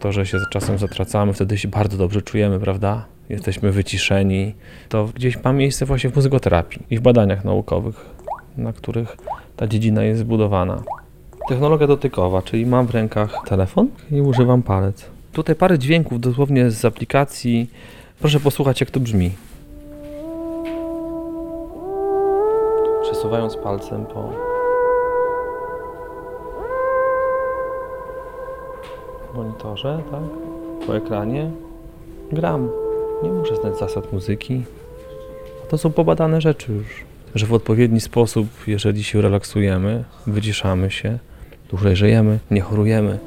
to, że się czasem zatracamy, wtedy się bardzo dobrze czujemy, prawda? Jesteśmy wyciszeni. To gdzieś ma miejsce właśnie w muzykoterapii i w badaniach naukowych, na których ta dziedzina jest zbudowana. Technologia dotykowa, czyli mam w rękach telefon i używam palec. Tutaj parę dźwięków dosłownie z aplikacji. Proszę posłuchać, jak to brzmi. Przesuwając palcem po monitorze, tak? Po ekranie gram. Nie muszę znać zasad muzyki. To są pobadane rzeczy już. Że w odpowiedni sposób, jeżeli się relaksujemy, wyciszamy się, dłużej żyjemy, nie chorujemy.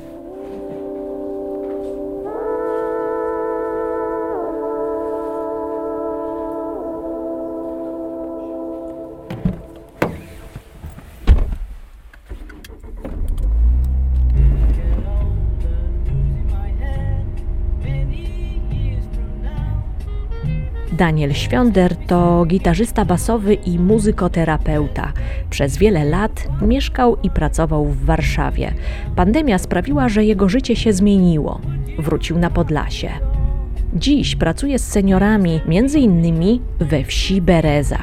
Daniel Świąder to gitarzysta basowy i muzykoterapeuta. Przez wiele lat mieszkał i pracował w Warszawie. Pandemia sprawiła, że jego życie się zmieniło. Wrócił na Podlasie. Dziś pracuje z seniorami, między innymi we wsi Bereza.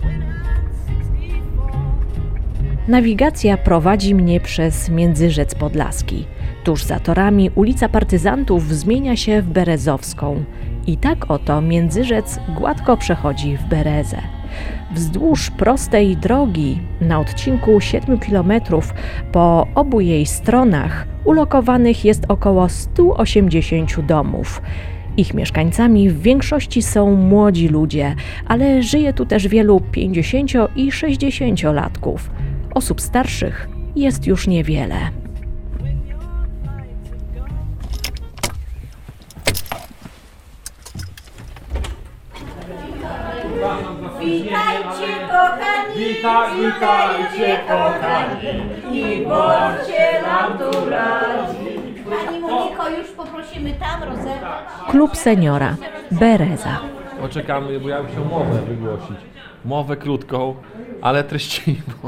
Nawigacja prowadzi mnie przez Międzyrzec Podlaski. Tuż za torami ulica Partyzantów zmienia się w Berezowską. I tak oto Międzyrzec gładko przechodzi w Berezę. Wzdłuż prostej drogi na odcinku 7 km po obu jej stronach ulokowanych jest około 180 domów. Ich mieszkańcami w większości są młodzi ludzie, ale żyje tu też wielu 50- i 60-latków. Osób starszych jest już niewiele. Witajcie kochani, witajcie kochani i bądźcie nam tu radzi. Pani Moniko, już poprosimy tam rozebrać. Klub Seniora Bereza. Poczekamy, bo ja bym chciał mowę wygłosić. Mowę krótką, ale treściwą.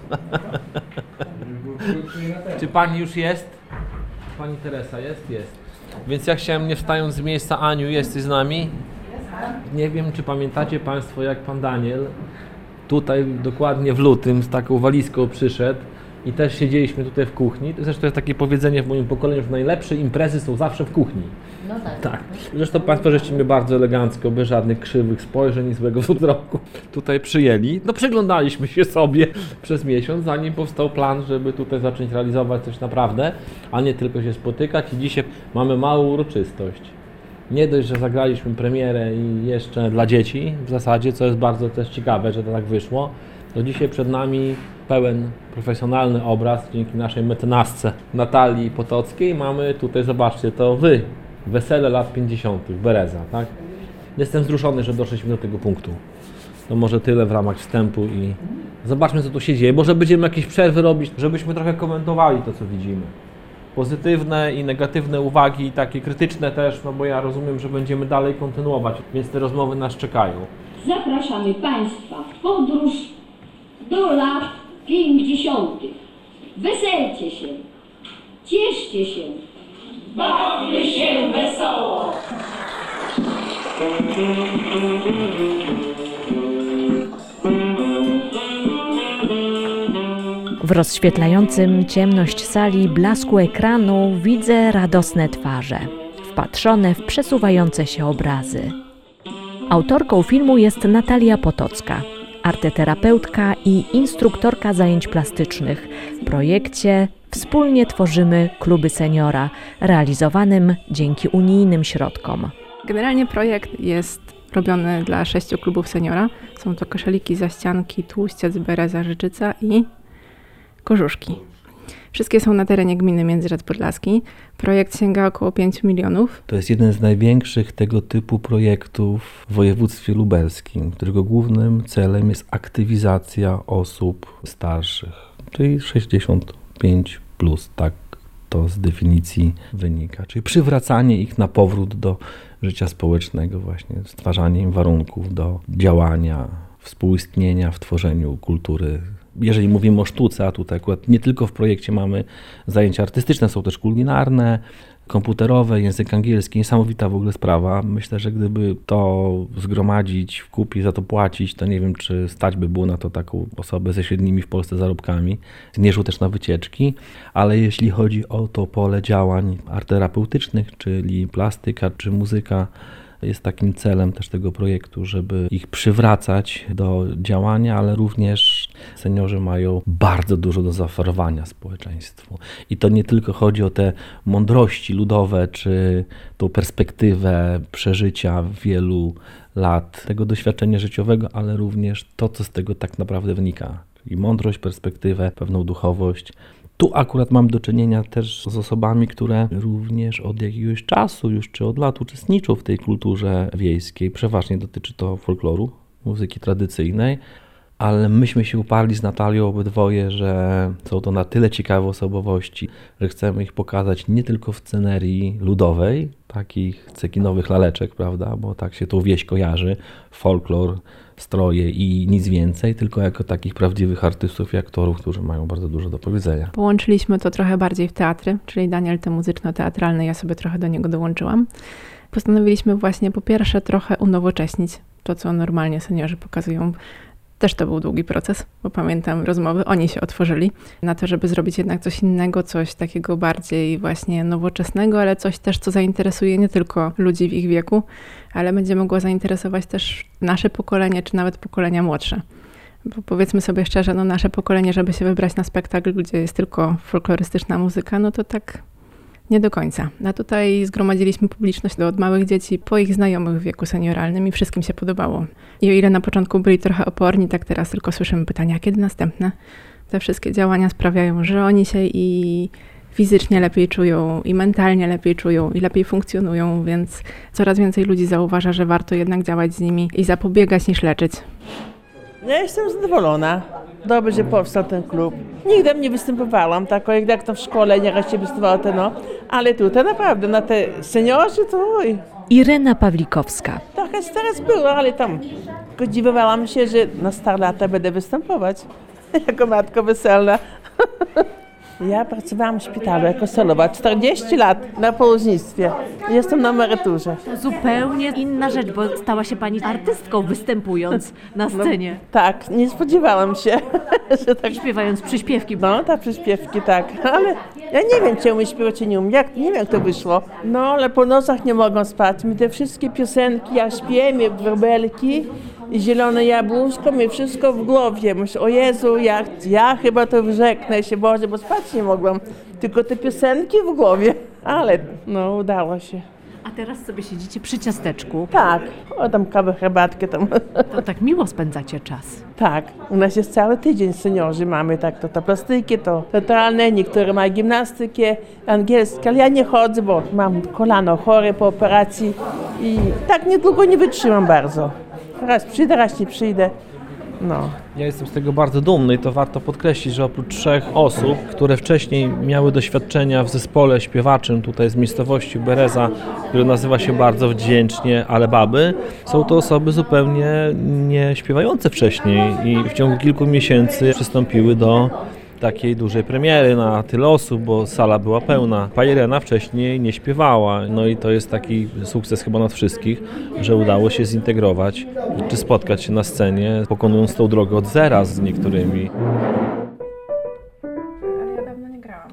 Czy pani już jest? Pani Teresa jest? Jest. Więc ja chciałem, nie wstając z miejsca, Aniu, jesteś z nami? Nie wiem, czy pamiętacie Państwo, jak Pan Daniel tutaj dokładnie w lutym z taką walizką przyszedł i też siedzieliśmy tutaj w kuchni. Zresztą jest takie powiedzenie w moim pokoleniu, że najlepsze imprezy są zawsze w kuchni. No tak. Tak. Zresztą Państwo żeście mnie bardzo elegancko, bez żadnych krzywych spojrzeń i złego wzroku tutaj przyjęli. No przyglądaliśmy się sobie przez miesiąc, zanim powstał plan, żeby tutaj zacząć realizować coś naprawdę, a nie tylko się spotykać i dzisiaj mamy małą uroczystość. Nie dość, że zagraliśmy premierę i jeszcze dla dzieci w zasadzie, co jest bardzo też ciekawe, że to tak wyszło, to dzisiaj przed nami pełen profesjonalny obraz dzięki naszej mecenasce Natalii Potockiej. Mamy tutaj, zobaczcie, to wy, wesele lat 50. Bereza, tak? Jestem wzruszony, że doszliśmy do tego punktu. To może tyle w ramach wstępu i zobaczmy, co tu się dzieje. Może będziemy jakieś przerwy robić, żebyśmy trochę komentowali to, co widzimy. Pozytywne i negatywne uwagi, takie krytyczne też, no bo ja rozumiem, że będziemy dalej kontynuować, więc te rozmowy nas czekają. Zapraszamy Państwa w podróż do lat 50. Weselcie się, cieszcie się, bawmy się wesoło. W rozświetlającym ciemność sali blasku ekranu widzę radosne twarze, wpatrzone w przesuwające się obrazy. Autorką filmu jest Natalia Potocka, arteterapeutka i instruktorka zajęć plastycznych. W projekcie wspólnie tworzymy kluby seniora, realizowanym dzięki unijnym środkom. Generalnie projekt jest robiony dla 6 klubów seniora. Są to Koszaliki, Zaścianki, Tłuściec, Bereza, Życzyca i Korzuszki. Wszystkie są na terenie gminy Międzyrzec Podlaski. Projekt sięga około 5 milionów. To jest jeden z największych tego typu projektów w województwie lubelskim, którego głównym celem jest aktywizacja osób starszych, czyli 65 plus, tak to z definicji wynika. Czyli przywracanie ich na powrót do życia społecznego, właśnie stwarzanie im warunków do działania, współistnienia w tworzeniu kultury. Jeżeli mówimy o sztuce, a tutaj akurat nie tylko w projekcie mamy zajęcia artystyczne, są też kulinarne, komputerowe, język angielski, niesamowita w ogóle sprawa. Myślę, że gdyby to zgromadzić w kupie, za to płacić, to nie wiem, czy stać by było na to taką osobę ze średnimi w Polsce zarobkami. Zmierzył też na wycieczki, ale jeśli chodzi o to pole działań arterapeutycznych, czyli plastyka czy muzyka, jest takim celem też tego projektu, żeby ich przywracać do działania, ale również seniorzy mają bardzo dużo do zaoferowania społeczeństwu. I to nie tylko chodzi o te mądrości ludowe, czy tą perspektywę przeżycia wielu lat tego doświadczenia życiowego, ale również to, co z tego tak naprawdę wynika. I mądrość, perspektywę, pewną duchowość. Tu akurat mam do czynienia też z osobami, które również od jakiegoś czasu, już czy od lat uczestniczą w tej kulturze wiejskiej. Przeważnie dotyczy to folkloru, muzyki tradycyjnej, ale myśmy się uparli z Natalią obydwoje, że są to na tyle ciekawe osobowości, że chcemy ich pokazać nie tylko w scenerii ludowej, takich cekinowych laleczek, prawda, bo tak się tą wieś kojarzy, folklor, stroje i nic więcej, tylko jako takich prawdziwych artystów i aktorów, którzy mają bardzo dużo do powiedzenia. Połączyliśmy to trochę bardziej w teatry, czyli Daniel te muzyczno-teatralne, ja sobie trochę do niego dołączyłam. Postanowiliśmy właśnie po pierwsze trochę unowocześnić to, co normalnie seniorzy pokazują. Też to był długi proces, bo pamiętam rozmowy, oni się otworzyli na to, żeby zrobić jednak coś innego, coś takiego bardziej właśnie nowoczesnego, ale coś też, co zainteresuje nie tylko ludzi w ich wieku, ale będzie mogło zainteresować też nasze pokolenie, czy nawet pokolenia młodsze. Bo powiedzmy sobie szczerze, no nasze pokolenie, żeby się wybrać na spektakl, gdzie jest tylko folklorystyczna muzyka, no to tak nie do końca. A tutaj zgromadziliśmy publiczność od małych dzieci po ich znajomych w wieku senioralnym i wszystkim się podobało. I o ile na początku byli trochę oporni, tak teraz tylko słyszymy pytania, kiedy następne? Te wszystkie działania sprawiają, że oni się i fizycznie lepiej czują, i mentalnie lepiej czują, i lepiej funkcjonują, więc coraz więcej ludzi zauważa, że warto jednak działać z nimi i zapobiegać niż leczyć. Ja jestem zadowolona. Dobrze, że powstał ten klub. Nigdy nie występowałam, tak jak to w szkole nieraz się występowało, no. Ale tutaj naprawdę, na te seniorzy to oj. Irena Pawlikowska. Trochę stres było, ale tam spodziewałam się, że na stare lata będę występować jako matka weselna. Ja pracowałam w szpitalu jako solowa 40 lat na położnictwie. Jestem na emeryturze. To zupełnie inna rzecz, bo stała się pani artystką, występując na scenie. Tak, nie spodziewałam się, że tak. Śpiewając przyśpiewki. No, te przyśpiewki, tak. Ale ja nie wiem, czy umiem śpiewać, czy nie umiem. Nie wiem, jak to wyszło. No, ale po nocach nie mogą spać. Mi te wszystkie piosenki, ja śpiewam, wróbelki, zielone jabłuszko, mi wszystko w głowie. Myślę, o Jezu, ja chyba to wyrzeknę się, Boże, bo spać nie mogłam. Tylko te piosenki w głowie. Ale, no, udało się. A teraz sobie siedzicie przy ciasteczku. Tak, o tam kawę, herbatkę tam. To tak miło spędzacie czas. Tak, u nas jest cały tydzień seniorzy, mamy tak to plastyki, to teatralne, niektóre mają gimnastykę, angielskie, ale ja nie chodzę, bo mam kolano chore po operacji i tak niedługo nie wytrzymam bardzo. Raz przyjdę, raz nie przyjdę. No. Ja jestem z tego bardzo dumny i to warto podkreślić, że oprócz 3 osób, które wcześniej miały doświadczenia w zespole śpiewaczym tutaj z miejscowości Bereza, który nazywa się bardzo wdzięcznie Ale Baby, są to osoby zupełnie nie śpiewające wcześniej i w ciągu kilku miesięcy przystąpiły do takiej dużej premiery na tyle osób, bo sala była pełna. Pani Irena wcześniej nie śpiewała, no i to jest taki sukces chyba nad wszystkich, że udało się zintegrować, czy spotkać się na scenie, pokonując tą drogę od zera z niektórymi. Ale ja dawno nie grałam.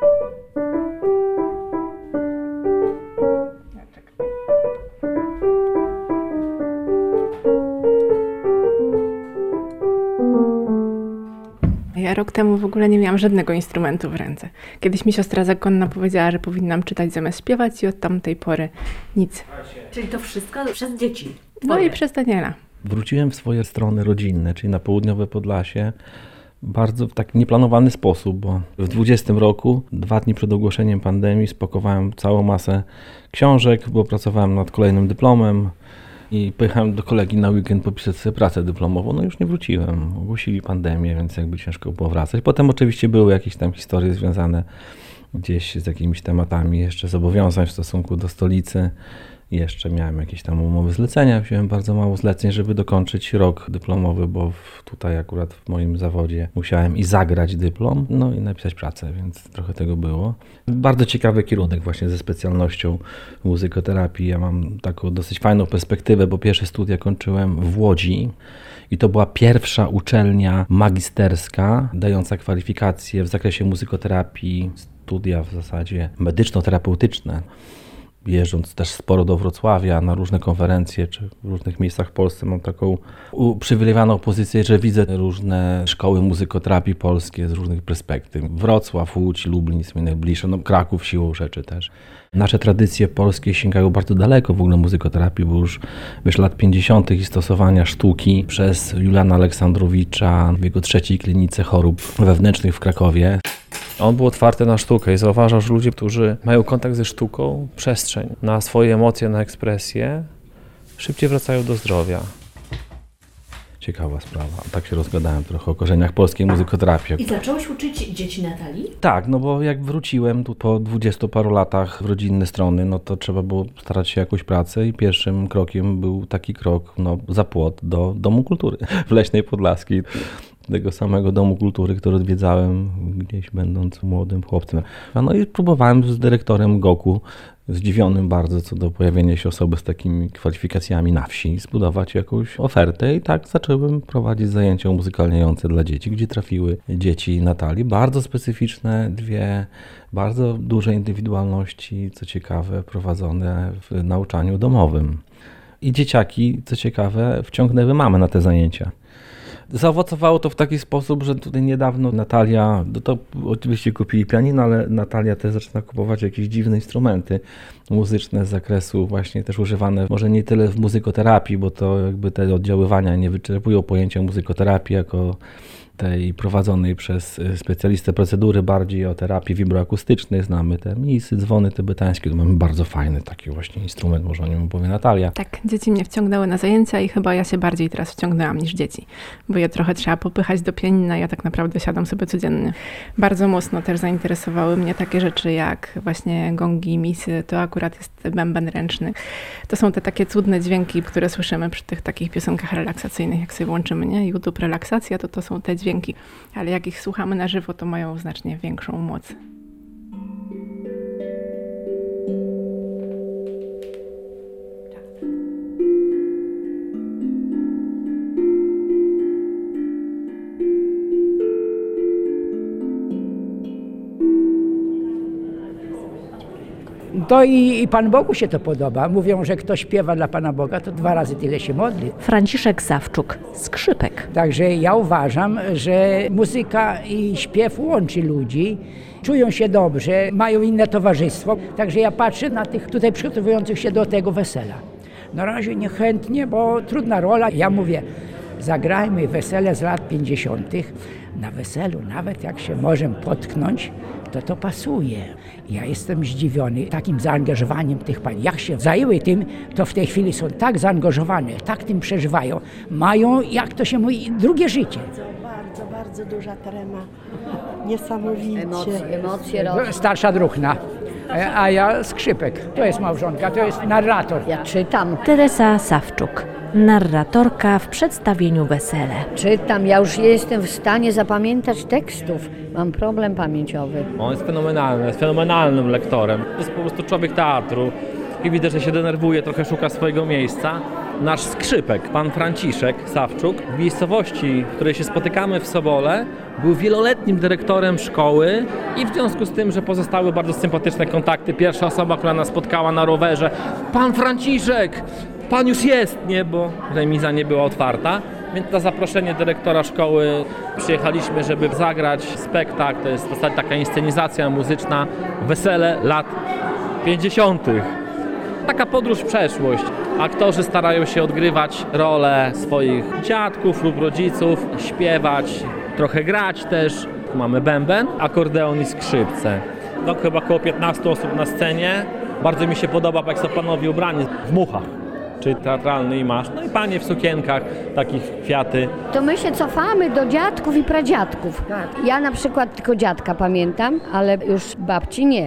Ja rok temu w ogóle nie miałam żadnego instrumentu w ręce. Kiedyś mi siostra zakonna powiedziała, że powinnam czytać zamiast śpiewać i od tamtej pory nic. Czyli to wszystko przez dzieci. No i przez Daniela. Wróciłem w swoje strony rodzinne, czyli na południowe Podlasie, bardzo w taki nieplanowany sposób, bo w 2020 roku, 2 dni przed ogłoszeniem pandemii, spakowałem całą masę książek, bo pracowałem nad kolejnym dyplomem i pojechałem do kolegi na weekend popisać sobie pracę dyplomową. No już nie wróciłem, ogłosili pandemię, więc jakby ciężko było wracać. Potem oczywiście były jakieś tam historie związane gdzieś z jakimiś tematami jeszcze zobowiązań w stosunku do stolicy Jeszcze miałem jakieś tam umowy zlecenia, wziąłem bardzo mało zleceń, żeby dokończyć rok dyplomowy, bo tutaj akurat w moim zawodzie musiałem i zagrać dyplom, no i napisać pracę, więc trochę tego było. Bardzo ciekawy kierunek właśnie ze specjalnością muzykoterapii. Ja mam taką dosyć fajną perspektywę, bo pierwsze studia kończyłem w Łodzi i to była pierwsza uczelnia magisterska dająca kwalifikacje w zakresie muzykoterapii, studia w zasadzie medyczno-terapeutyczne. Jeżdżąc też sporo do Wrocławia na różne konferencje, czy w różnych miejscach w Polsce, mam taką uprzywilejowaną pozycję, że widzę różne szkoły muzykoterapii polskie z różnych perspektyw. Wrocław, Łódź, Lublin jest mi najbliższe, no Kraków siłą rzeczy też. Nasze tradycje polskie sięgają bardzo daleko w ogóle muzykoterapii, bo już wiesz, lat 50. i stosowania sztuki przez Juliana Aleksandrowicza w jego 3. klinice chorób wewnętrznych w Krakowie. On był otwarty na sztukę i zauważał, że ludzie, którzy mają kontakt ze sztuką, przestrzeń na swoje emocje, na ekspresję, szybciej wracają do zdrowia. Ciekawa sprawa. Tak się rozgadałem trochę o korzeniach polskiej muzykoterapii. I zacząłeś uczyć dzieci Natalii? Tak, no bo jak wróciłem tu po 20 paru latach w rodzinne strony, no to trzeba było starać się jakąś pracę i pierwszym krokiem był taki krok, no, za płot do Domu Kultury w Leśnej Podlaskiej. Tego samego Domu Kultury, który odwiedzałem gdzieś będąc młodym chłopcem. No i próbowałem z dyrektorem GOK-u, zdziwionym bardzo co do pojawienia się osoby z takimi kwalifikacjami na wsi, zbudować jakąś ofertę i tak zacząłem prowadzić zajęcia muzykalniające dla dzieci, gdzie trafiły dzieci Natalii. Bardzo specyficzne, dwie bardzo duże indywidualności, co ciekawe, prowadzone w nauczaniu domowym. I dzieciaki, co ciekawe, wciągnęły mamę na te zajęcia. Zaowocowało to w taki sposób, że tutaj niedawno Natalia, to oczywiście kupili pianino, ale Natalia też zaczyna kupować jakieś dziwne instrumenty muzyczne z zakresu właśnie też używane, może nie tyle w muzykoterapii, bo to jakby te oddziaływania nie wyczerpują pojęcia muzykoterapii jako tej prowadzonej przez specjalistę procedury, bardziej o terapii wibroakustycznej. Znamy te misy, dzwony tybetańskie. Tu mamy bardzo fajny taki właśnie instrument, może o nim opowie Natalia. Tak, dzieci mnie wciągnęły na zajęcia i chyba ja się bardziej teraz wciągnęłam niż dzieci, bo je trochę trzeba popychać do pianina, ja tak naprawdę siadam sobie codziennie. Bardzo mocno też zainteresowały mnie takie rzeczy jak właśnie gongi, misy, to akurat jest bęben ręczny. To są te takie cudne dźwięki, które słyszymy przy tych takich piosenkach relaksacyjnych, jak sobie włączymy, nie? YouTube relaksacja, to są te dźwięki, ale jak ich słuchamy na żywo, to mają znacznie większą moc. To i Panu Bogu się to podoba. Mówią, że kto śpiewa dla Pana Boga, to 2 razy tyle się modli. Franciszek Sawczuk, skrzypek. Także ja uważam, że muzyka i śpiew łączy ludzi. Czują się dobrze, mają inne towarzystwo. Także ja patrzę na tych tutaj przygotowujących się do tego wesela. Na razie niechętnie, bo trudna rola. Ja mówię, zagrajmy wesele z lat 50. Na weselu, nawet jak się możemy potknąć, to pasuje. Ja jestem zdziwiony takim zaangażowaniem tych pań. Jak się zajęły tym, to w tej chwili są tak zaangażowane, tak tym przeżywają. Mają, jak to się mówi, drugie życie. Bardzo duża trema. Niesamowicie. Emocje Starsza druhna, a ja skrzypek. To jest małżonka, to jest narrator. Ja czytam. Teresa Sawczuk, narratorka w przedstawieniu Wesele. Czytam, ja już jestem w stanie zapamiętać tekstów. Mam problem pamięciowy. On jest fenomenalny, jest fenomenalnym lektorem. To jest po prostu człowiek teatru i widać, że się denerwuje, trochę szuka swojego miejsca. Nasz skrzypek, pan Franciszek Sawczuk, w miejscowości, w której się spotykamy w Sobole, był wieloletnim dyrektorem szkoły i w związku z tym, że pozostały bardzo sympatyczne kontakty, pierwsza osoba, która nas spotkała na rowerze, pan Franciszek, pan już jest, nie, bo remiza nie była otwarta. Więc na zaproszenie dyrektora szkoły przyjechaliśmy, żeby zagrać spektakl. To jest w zasadzie taka inscenizacja muzyczna, wesele lat 50. Taka podróż w przeszłość. Aktorzy starają się odgrywać rolę swoich dziadków lub rodziców, śpiewać, trochę grać też. Mamy bęben, akordeon i skrzypce. No chyba około 15 osób na scenie. Bardzo mi się podoba, jak są panowie ubrani w muchach, czyli teatralny imaż. No i panie w sukienkach, takich kwiaty. To my się cofamy do dziadków i pradziadków. Ja na przykład tylko dziadka pamiętam, ale już babci nie.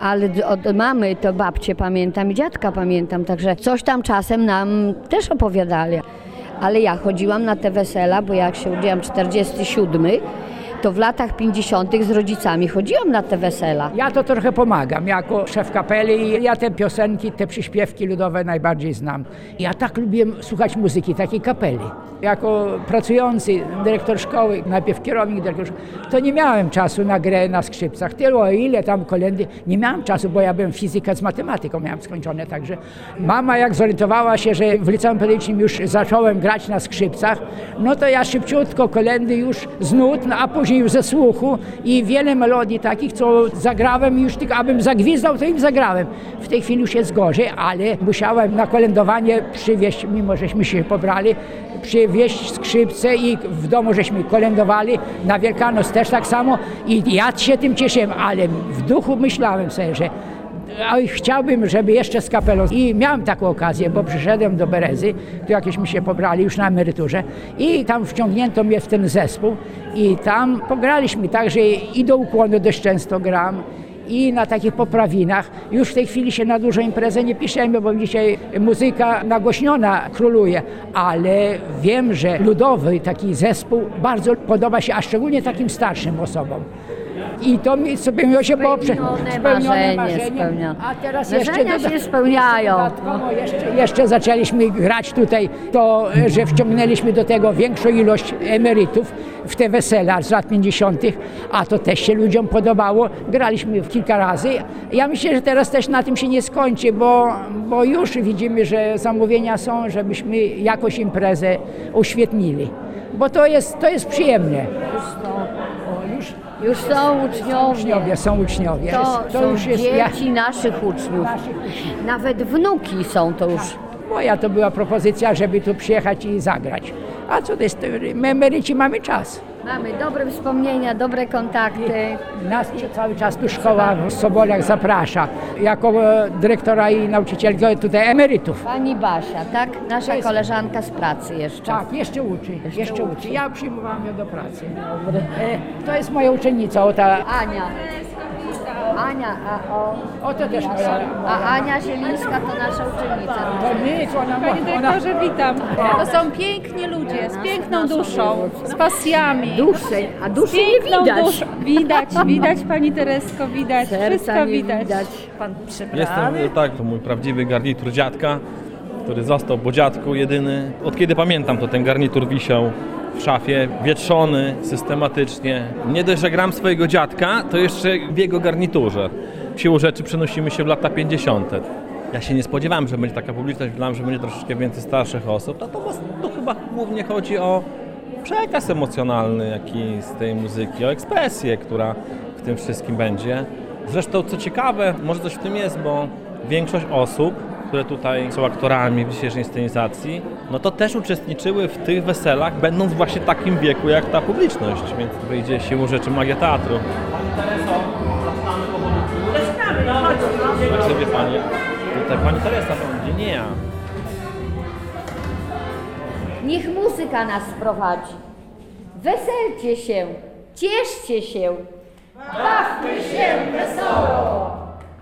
ale od mamy to babcię pamiętam i dziadka pamiętam, także coś tam czasem nam też opowiadali. Ale ja chodziłam na te wesela, bo jak się urodziłam 47, to w latach 50. z rodzicami chodziłam na te wesela. Ja to trochę pomagam jako szef kapeli i ja te piosenki, te przyśpiewki ludowe najbardziej znam. Ja tak lubiłem słuchać muzyki, takiej kapeli. Jako pracujący dyrektor szkoły, najpierw kierownik dyrektor szkoły, to nie miałem czasu na grę na skrzypcach. Tyle o ile tam kolędy, nie miałem czasu, bo ja byłem fizykę z matematyką, miałem skończone, także mama jak zorientowała się, że w liceum pedagogickim już zacząłem grać na skrzypcach, no to ja szybciutko kolędy już z nut, no a później już ze słuchu i wiele melodii takich, co zagrałem już tylko, abym zagwizdał, to im zagrałem. W tej chwili już jest gorzej, ale musiałem na kolędowanie przywieźć, mimo żeśmy się pobrali, przywieźć skrzypce i w domu żeśmy kolędowali, na Wielkanoc też tak samo i ja się tym cieszyłem, ale w duchu myślałem sobie, że chciałbym, żeby jeszcze z kapelą. I miałem taką okazję, bo przyszedłem do Berezy, tu jakieśmy się pobrali już na emeryturze i tam wciągnięto mnie w ten zespół i tam pograliśmy, także i do ukłonu dość często gram i na takich poprawinach. Już w tej chwili się na dużą imprezę nie piszemy, bo dzisiaj muzyka nagłośniona króluje, ale wiem, że ludowy taki zespół bardzo podoba się, a szczególnie takim starszym osobom. I to mi spełniło się, bo spełnione marzenie. A teraz marzenia się spełniają. Jeszcze zaczęliśmy grać tutaj, to że wciągnęliśmy do tego większą ilość emerytów w te wesela z lat 50., a to też się ludziom podobało. Graliśmy kilka razy. Ja myślę, że teraz też na tym się nie skończy, bo już widzimy, że zamówienia są, żebyśmy jakoś imprezę uświetnili. Bo to jest przyjemne. Już są uczniowie. Są uczniowie. To są już jest dzieci naszych uczniów. Nawet wnuki są to już. Moja to była propozycja, żeby tu przyjechać i zagrać. A co to jest? My emeryci mamy czas. Mamy dobre wspomnienia, dobre kontakty. Nas cały czas tu szkoła w Soboliach zaprasza. Jako dyrektora i nauczycielka tutaj emerytów. Pani Basia, tak? Nasza koleżanka z pracy jeszcze. Tak, jeszcze uczy. Ja przyjmowałam ją do pracy. To jest moja uczennica, Ania, to też moja. A Ania Zielińska to nasza uczennica. To nic, Panie dyrektorze, witam. To są piękni ludzie, z piękną duszą, z pasjami. A duszy nie widać. Widać Pani Teresko, widać. Wszystko widać. Pan Jestem, tak, to mój prawdziwy garnitur dziadka, który został po dziadku jedyny. Od kiedy pamiętam, to ten garnitur wisiał w szafie, wietrzony systematycznie. Nie dość, że gram swojego dziadka, to jeszcze w jego garniturze. Siłą rzeczy przenosimy się w lata 50. Ja się nie spodziewałem, że będzie taka publiczność, myślałem, że będzie troszeczkę więcej starszych osób. Natomiast to chyba głównie chodzi o przekaz emocjonalny, jaki z tej muzyki, o ekspresję, która w tym wszystkim będzie. Zresztą, co ciekawe, może coś w tym jest, bo większość osób, które tutaj są aktorami w dzisiejszej scenizacji, no to też uczestniczyły w tych weselach, będąc właśnie w takim wieku jak ta publiczność, więc wyjdzie siłą rzeczy magia teatru. Jak sobie Pani, tutaj Pani Teresa będzie, nie ja. Niech muzyka nas prowadzi. Weselcie się, cieszcie się, bawmy się wesoło.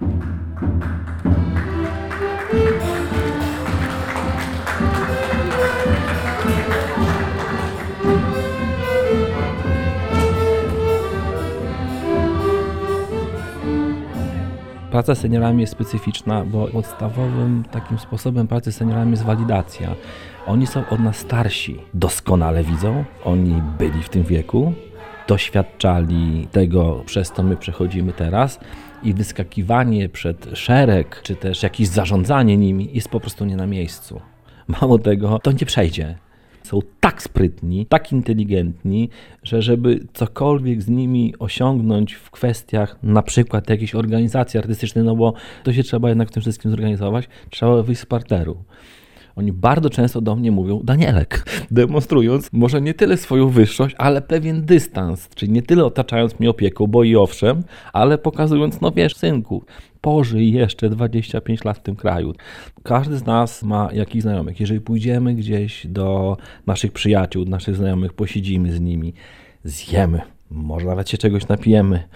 Praca z seniorami jest specyficzna, bo podstawowym takim sposobem pracy z seniorami jest walidacja. Oni są od nas starsi, doskonale widzą, oni byli w tym wieku, doświadczali tego, przez co my przechodzimy teraz i wyskakiwanie przed szereg, czy też jakieś zarządzanie nimi jest po prostu nie na miejscu. Mało tego, to nie przejdzie. Są tak sprytni, tak inteligentni, że żeby cokolwiek z nimi osiągnąć w kwestiach na przykład jakiejś organizacji artystycznej, no bo to się trzeba jednak w tym wszystkim zorganizować, trzeba wyjść z parteru. Oni bardzo często do mnie mówią Danielek, demonstrując może nie tyle swoją wyższość, ale pewien dystans, czyli nie tyle otaczając mnie opieką, bo i owszem, ale pokazując, no wiesz, synku, pożyj jeszcze 25 lat w tym kraju. Każdy z nas ma jakichś znajomych. Jeżeli pójdziemy gdzieś do naszych przyjaciół, naszych znajomych, posiedzimy z nimi, zjemy, może nawet się czegoś napijemy,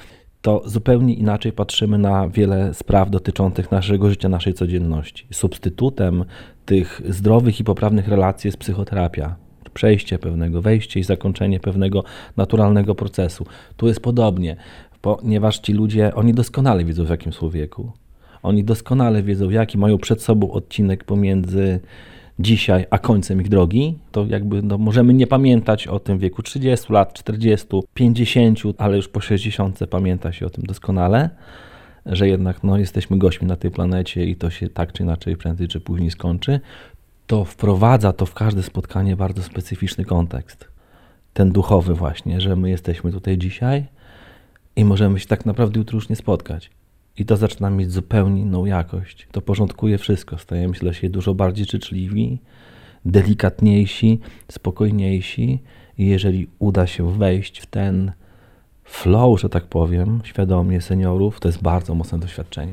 to zupełnie inaczej patrzymy na wiele spraw dotyczących naszego życia, naszej codzienności. Substytutem tych zdrowych i poprawnych relacji jest psychoterapia. Przejście pewnego, wejście i zakończenie pewnego naturalnego procesu. Tu jest podobnie, ponieważ ci ludzie, oni doskonale wiedzą, w jakim są wieku. Oni doskonale wiedzą, jaki mają przed sobą odcinek pomiędzy dzisiaj a końcem ich drogi. To jakby możemy nie pamiętać o tym wieku 30 lat, 40, 50, ale już po 60 pamięta się o tym doskonale, że jednak jesteśmy gośćmi na tej planecie i to się tak czy inaczej prędzej czy później skończy. To wprowadza to w każde spotkanie bardzo specyficzny kontekst. Ten duchowy właśnie, że my jesteśmy tutaj dzisiaj i możemy się tak naprawdę jutro już nie spotkać. I to zaczyna mieć zupełnie inną jakość. To porządkuje wszystko. Stajemy się dla siebie dużo bardziej życzliwi, delikatniejsi, spokojniejsi. I jeżeli uda się wejść w ten flow, że tak powiem, świadomie seniorów, to jest bardzo mocne doświadczenie.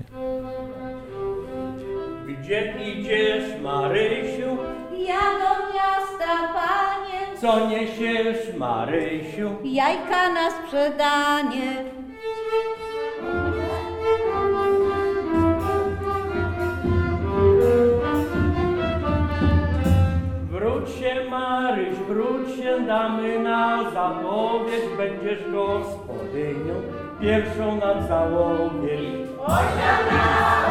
Gdzie idziesz, Marysiu? Ja do miasta, panie, Co niesiesz, Marysiu? jajka na sprzedanie. Wróć się, Maryś, wróć się, damy na zapowiedź, będziesz gospodynią, pierwszą na całowie. Oj rana,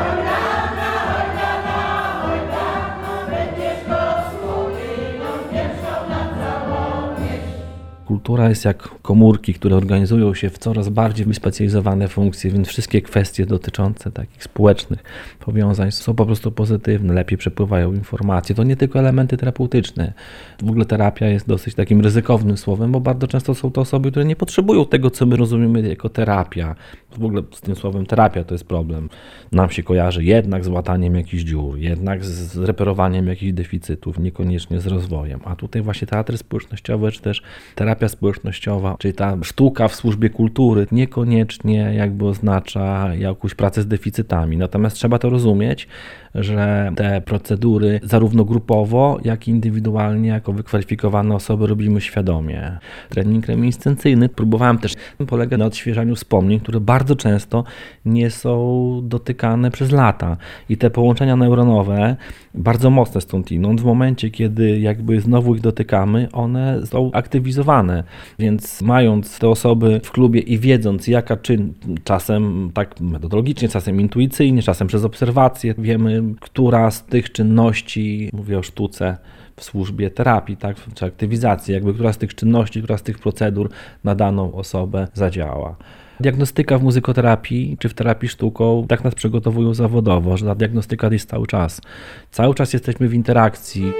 będziesz gospodynią, pierwszą na całość. Kultura jest jak komórki, które organizują się w coraz bardziej wyspecjalizowane funkcje, więc wszystkie kwestie dotyczące takich społecznych powiązań są po prostu pozytywne, lepiej przepływają informacje. To nie tylko elementy terapeutyczne. W ogóle terapia jest dosyć takim ryzykownym słowem, bo bardzo często są to osoby, które nie potrzebują tego, co my rozumiemy jako terapia. W ogóle z tym słowem terapia to jest problem. Nam się kojarzy jednak z łataniem jakichś dziur, jednak z reperowaniem jakichś deficytów, niekoniecznie z rozwojem. A tutaj właśnie teatry społecznościowe, czy też terapia społecznościowa, czyli ta sztuka w służbie kultury niekoniecznie jakby oznacza jakąś pracę z deficytami. Natomiast trzeba to rozumieć, że te procedury zarówno grupowo, jak i indywidualnie, jako wykwalifikowane osoby robimy świadomie. Trening reminiscencyjny próbowałem też, polega na odświeżaniu wspomnień, które bardzo często nie są dotykane przez lata. I te połączenia neuronowe, bardzo mocne stądinąd, w momencie, kiedy jakby znowu ich dotykamy, one są aktywizowane. Więc mając te osoby w klubie i wiedząc, jaka czasem tak metodologicznie, czasem intuicyjnie, czasem przez obserwacje, wiemy, która z tych czynności, mówię o sztuce w służbie terapii, tak, czy aktywizacji, jakby która z tych czynności, która z tych procedur na daną osobę zadziała. Diagnostyka w muzykoterapii czy w terapii sztuką tak nas przygotowują zawodowo, że ta diagnostyka jest cały czas. Cały czas jesteśmy w interakcji.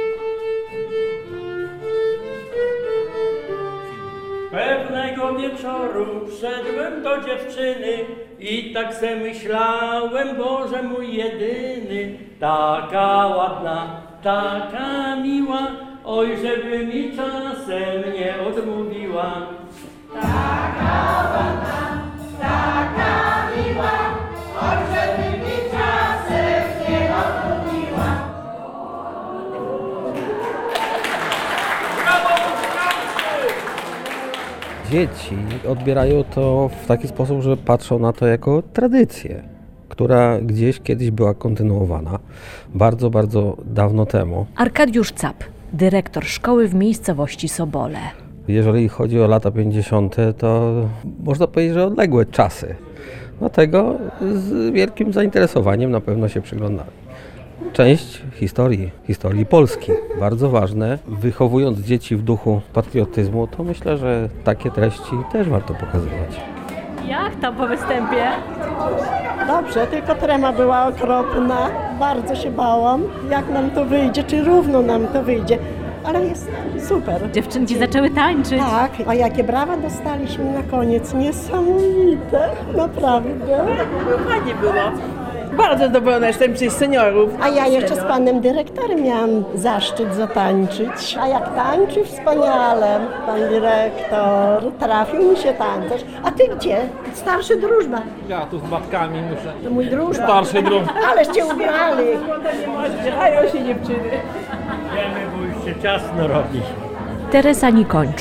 Pewnego wieczoru wszedłem do dziewczyny i tak se myślałem, Boże mój jedyny, taka ładna, taka miła, oj żeby mi czasem nie odmówiła. Taka ładna, taka miła, oj żeby mi czasem nie odmówiła. Dzieci odbierają to w taki sposób, że patrzą na to jako tradycję, która gdzieś kiedyś była kontynuowana bardzo, bardzo dawno temu. Arkadiusz Cap, dyrektor szkoły w miejscowości Sobole. Jeżeli chodzi o lata 50., to można powiedzieć, że odległe czasy. Dlatego z wielkim zainteresowaniem na pewno się przyglądali. Część historii Polski, bardzo ważne. Wychowując dzieci w duchu patriotyzmu, to myślę, że takie treści też warto pokazywać. Jak tam po występie? Dobrze, tylko trema była okropna. Bardzo się bałam, jak nam to wyjdzie, czy równo nam to wyjdzie. Ale jest super. Dziewczynki zaczęły tańczyć. Tak, a jakie brawa dostaliśmy na koniec. Niesamowite, naprawdę. Fajnie było. Bardzo zadowolona jestem przez seniorów. A ja jeszcze z panem dyrektorem miałam zaszczyt zatańczyć. A jak tańczy wspaniale, pan dyrektor. Trafił mi się tańczyć. A ty gdzie? Starszy drużba. Ja tu z babkami muszę. To mój drużba. Starszy drużba. Ależ cię ubrali. Zdzierają się dziewczyny. Wiemy, bo już się ciasno robi. Teresa Nikończuk,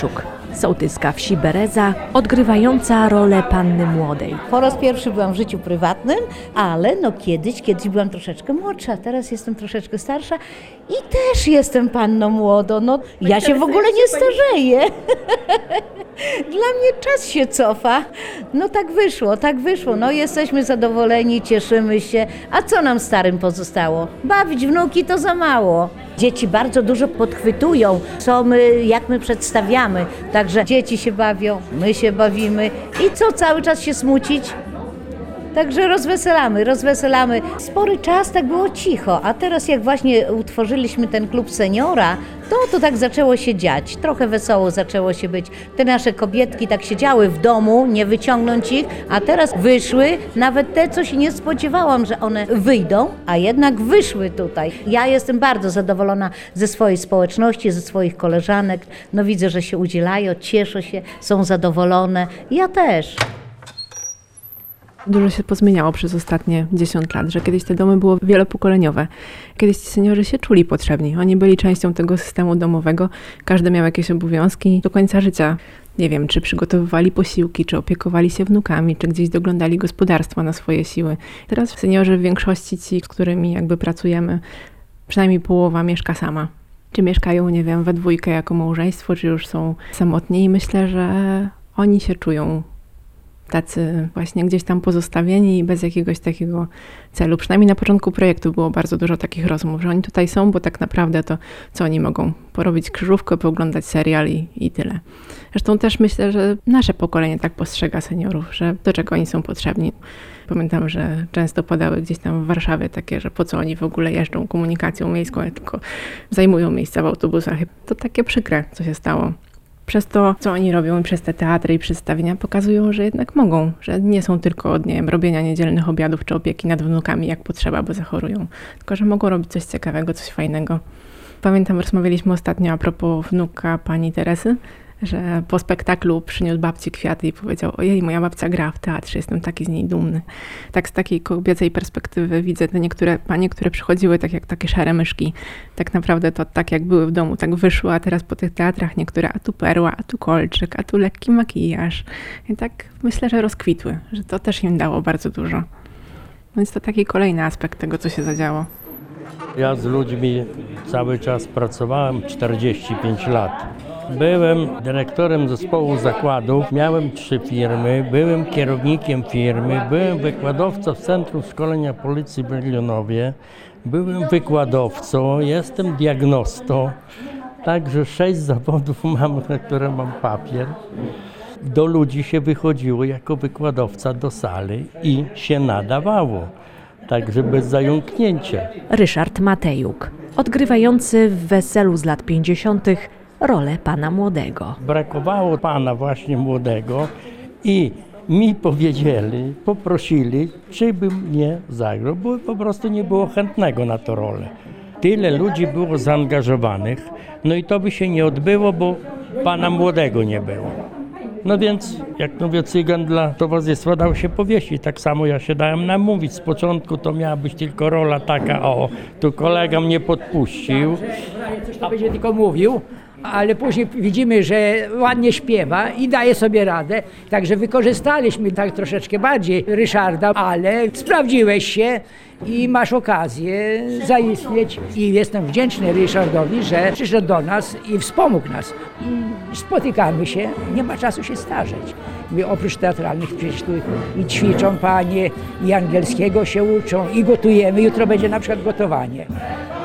sołtyska wsi Bereza, odgrywająca rolę panny młodej. Po raz pierwszy byłam w życiu prywatnym, ale no kiedyś byłam troszeczkę młodsza, teraz jestem troszeczkę starsza i też jestem panną młodą. No, ja się w ogóle nie starzeję. Dla mnie czas się cofa. No tak wyszło. No jesteśmy zadowoleni, cieszymy się. A co nam starym pozostało? Bawić wnuki to za mało. Dzieci bardzo dużo podchwytują, co my, jak my przedstawiamy. Także dzieci się bawią, my się bawimy i co, cały czas się smucić? Także rozweselamy. Spory czas tak było cicho, a teraz jak właśnie utworzyliśmy ten klub seniora, to tak zaczęło się dziać. Trochę wesoło zaczęło się być. Te nasze kobietki tak siedziały w domu, nie wyciągnąć ich, a teraz wyszły, nawet te, co się nie spodziewałam, że one wyjdą, a jednak wyszły tutaj. Ja jestem bardzo zadowolona ze swojej społeczności, ze swoich koleżanek. No widzę, że się udzielają, cieszą się, są zadowolone. Ja też. Dużo się pozmieniało przez ostatnie 10 lat, że kiedyś te domy były wielopokoleniowe. Kiedyś ci seniorzy się czuli potrzebni. Oni byli częścią tego systemu domowego. Każdy miał jakieś obowiązki do końca życia. Nie wiem, czy przygotowywali posiłki, czy opiekowali się wnukami, czy gdzieś doglądali gospodarstwa na swoje siły. Teraz seniorzy w większości ci, z którymi jakby pracujemy, przynajmniej połowa mieszka sama. Czy mieszkają, nie wiem, we dwójkę jako małżeństwo, czy już są samotni i myślę, że oni się czują tacy właśnie gdzieś tam pozostawieni i bez jakiegoś takiego celu. Przynajmniej na początku projektu było bardzo dużo takich rozmów, że oni tutaj są, bo tak naprawdę to co oni mogą? Porobić krzyżówkę, pooglądać serial i tyle. Zresztą też myślę, że nasze pokolenie tak postrzega seniorów, że do czego oni są potrzebni. Pamiętam, że często padały gdzieś tam w Warszawie takie, że po co oni w ogóle jeżdżą komunikacją miejską, tylko zajmują miejsca w autobusach. To takie przykre, co się stało. Przez to, co oni robią, przez te teatry i przedstawienia pokazują, że jednak mogą, że nie są tylko od, nie wiem, robienia niedzielnych obiadów czy opieki nad wnukami jak potrzeba, bo zachorują, tylko że mogą robić coś ciekawego, coś fajnego. Pamiętam, rozmawialiśmy ostatnio a propos wnuka pani Teresy, że po spektaklu przyniósł babci kwiaty i powiedział: ojej, moja babcia gra w teatrze, jestem taki z niej dumny. Tak z takiej kobiecej perspektywy widzę te niektóre panie, które przychodziły tak jak takie szare myszki. Tak naprawdę to tak jak były w domu, tak wyszły, a teraz po tych teatrach niektóre a tu perła, a tu kolczyk, a tu lekki makijaż. I tak myślę, że rozkwitły, że to też im dało bardzo dużo. Więc to taki kolejny aspekt tego, co się zadziało. Ja z ludźmi cały czas pracowałem 45 lat. Byłem dyrektorem zespołu zakładów, miałem 3 firmy, byłem kierownikiem firmy, byłem wykładowcą w Centrum Szkolenia Policji w Legionowie, byłem wykładowcą, jestem diagnostą, także 6 zawodów mam, na które mam papier. Do ludzi się wychodziło jako wykładowca do sali i się nadawało, także bez zająknięcia. Ryszard Matejuk, odgrywający w Weselu z lat 50. rolę pana młodego. Brakowało pana właśnie młodego i mi powiedzieli, poprosili, czy bym nie zagrał, bo po prostu nie było chętnego na tę rolę. Tyle ludzi było zaangażowanych, no i to by się nie odbyło, bo pana młodego nie było. No więc, jak mówię, cygan dla towarzystwa dał się powiesić. Tak samo ja się dałem namówić. Z początku to miała być tylko rola taka, tu kolega mnie podpuścił. Coś to będzie tylko mówił, ale później widzimy, że ładnie śpiewa i daje sobie radę. Także wykorzystaliśmy tak troszeczkę bardziej Ryszarda, ale sprawdziłeś się i masz okazję zaistnieć. I jestem wdzięczny Ryszardowi, że przyszedł do nas i wspomógł nas. I spotykamy się, nie ma czasu się starzeć. Mówię, oprócz teatralnych przecież tu i ćwiczą panie, i angielskiego się uczą, i gotujemy. Jutro będzie na przykład gotowanie.